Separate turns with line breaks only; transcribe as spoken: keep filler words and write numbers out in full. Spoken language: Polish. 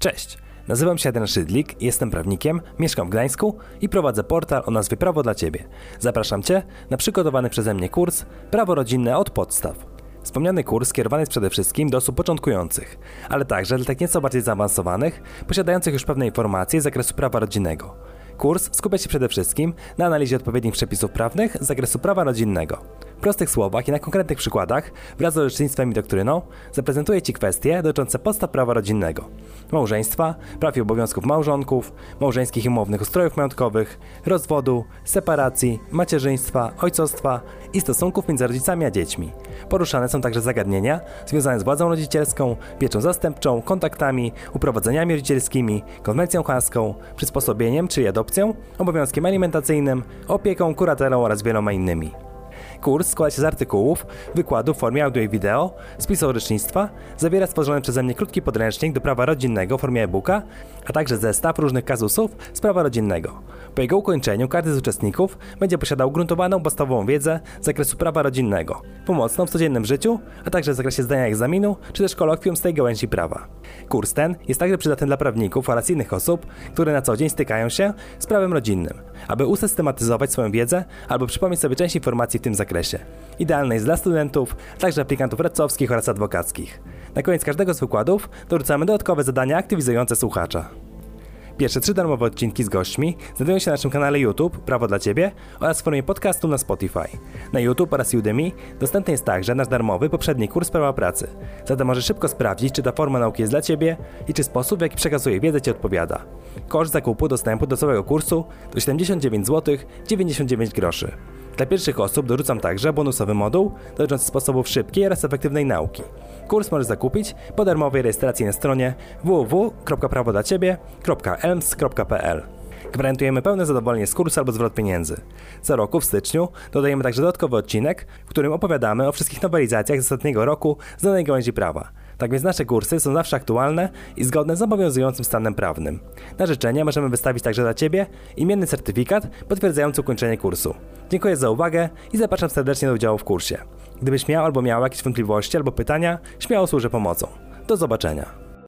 Cześć, nazywam się Adrian Szydlik, jestem prawnikiem, mieszkam w Gdańsku i prowadzę portal o nazwie Prawo dla Ciebie. Zapraszam Cię na przygotowany przeze mnie kurs Prawo rodzinne od podstaw. Wspomniany kurs skierowany jest przede wszystkim do osób początkujących, ale także dla tak nieco bardziej zaawansowanych, posiadających już pewne informacje z zakresu prawa rodzinnego. Kurs skupia się przede wszystkim na analizie odpowiednich przepisów prawnych z zakresu prawa rodzinnego. W prostych słowach i na konkretnych przykładach, wraz z orzecznictwem i doktryną, zaprezentuję Ci kwestie dotyczące podstaw prawa rodzinnego, małżeństwa, praw i obowiązków małżonków, małżeńskich i umownych ustrojów majątkowych, rozwodu, separacji, macierzyństwa, ojcostwa i stosunków między rodzicami a dziećmi. Poruszane są także zagadnienia związane z władzą rodzicielską, pieczą zastępczą, kontaktami, uprowadzeniami rodzicielskimi, konwencją haską, przysposobieniem czyli adopcją, obowiązkiem alimentacyjnym, opieką, kuratelą oraz wieloma innymi. Kurs składa się z artykułów, wykładów w formie audio i wideo, spisu orzecznictwa, zawiera stworzony przeze mnie krótki podręcznik do prawa rodzinnego w formie e-booka, a także zestaw różnych kazusów z prawa rodzinnego. Po jego ukończeniu każdy z uczestników będzie posiadał ugruntowaną podstawową wiedzę z zakresu prawa rodzinnego, pomocną w codziennym życiu, a także w zakresie zdania egzaminu czy też kolokwium z tej gałęzi prawa. Kurs ten jest także przydatny dla prawników oraz innych osób, które na co dzień stykają się z prawem rodzinnym, aby usystematyzować swoją wiedzę albo przypomnieć sobie część informacji w tym zakresie. Idealny jest dla studentów, a także aplikantów radcowskich oraz adwokackich. Na koniec każdego z wykładów dorzucamy dodatkowe zadania aktywizujące słuchacza. Pierwsze trzy darmowe odcinki z gośćmi znajdują się na naszym kanale YouTube Prawo dla Ciebie oraz w formie podcastu na Spotify. Na YouTube oraz Udemy dostępny jest także nasz darmowy poprzedni kurs prawa pracy. Zatem możesz szybko sprawdzić, czy ta forma nauki jest dla Ciebie i czy sposób, w jaki przekazuję wiedzę Ci odpowiada. Koszt zakupu dostępu do całego kursu to siedemdziesiąt dziewięć złotych dziewięćdziesiąt dziewięć groszy. Dla pierwszych osób dorzucam także bonusowy moduł dotyczący sposobów szybkiej oraz efektywnej nauki. Kurs możesz zakupić po darmowej rejestracji na stronie w w w kropka prawo dla ciebie kropka elms kropka p l. Gwarantujemy pełne zadowolenie z kursu albo zwrot pieniędzy. Co roku w styczniu dodajemy także dodatkowy odcinek, w którym opowiadamy o wszystkich nowelizacjach z ostatniego roku z danej gałęzi prawa. Tak więc nasze kursy są zawsze aktualne i zgodne z obowiązującym stanem prawnym. Na życzenie możemy wystawić także dla Ciebie imienny certyfikat potwierdzający ukończenie kursu. Dziękuję za uwagę i zapraszam serdecznie do udziału w kursie. Gdybyś miał albo miała jakieś wątpliwości albo pytania, śmiało służę pomocą. Do zobaczenia.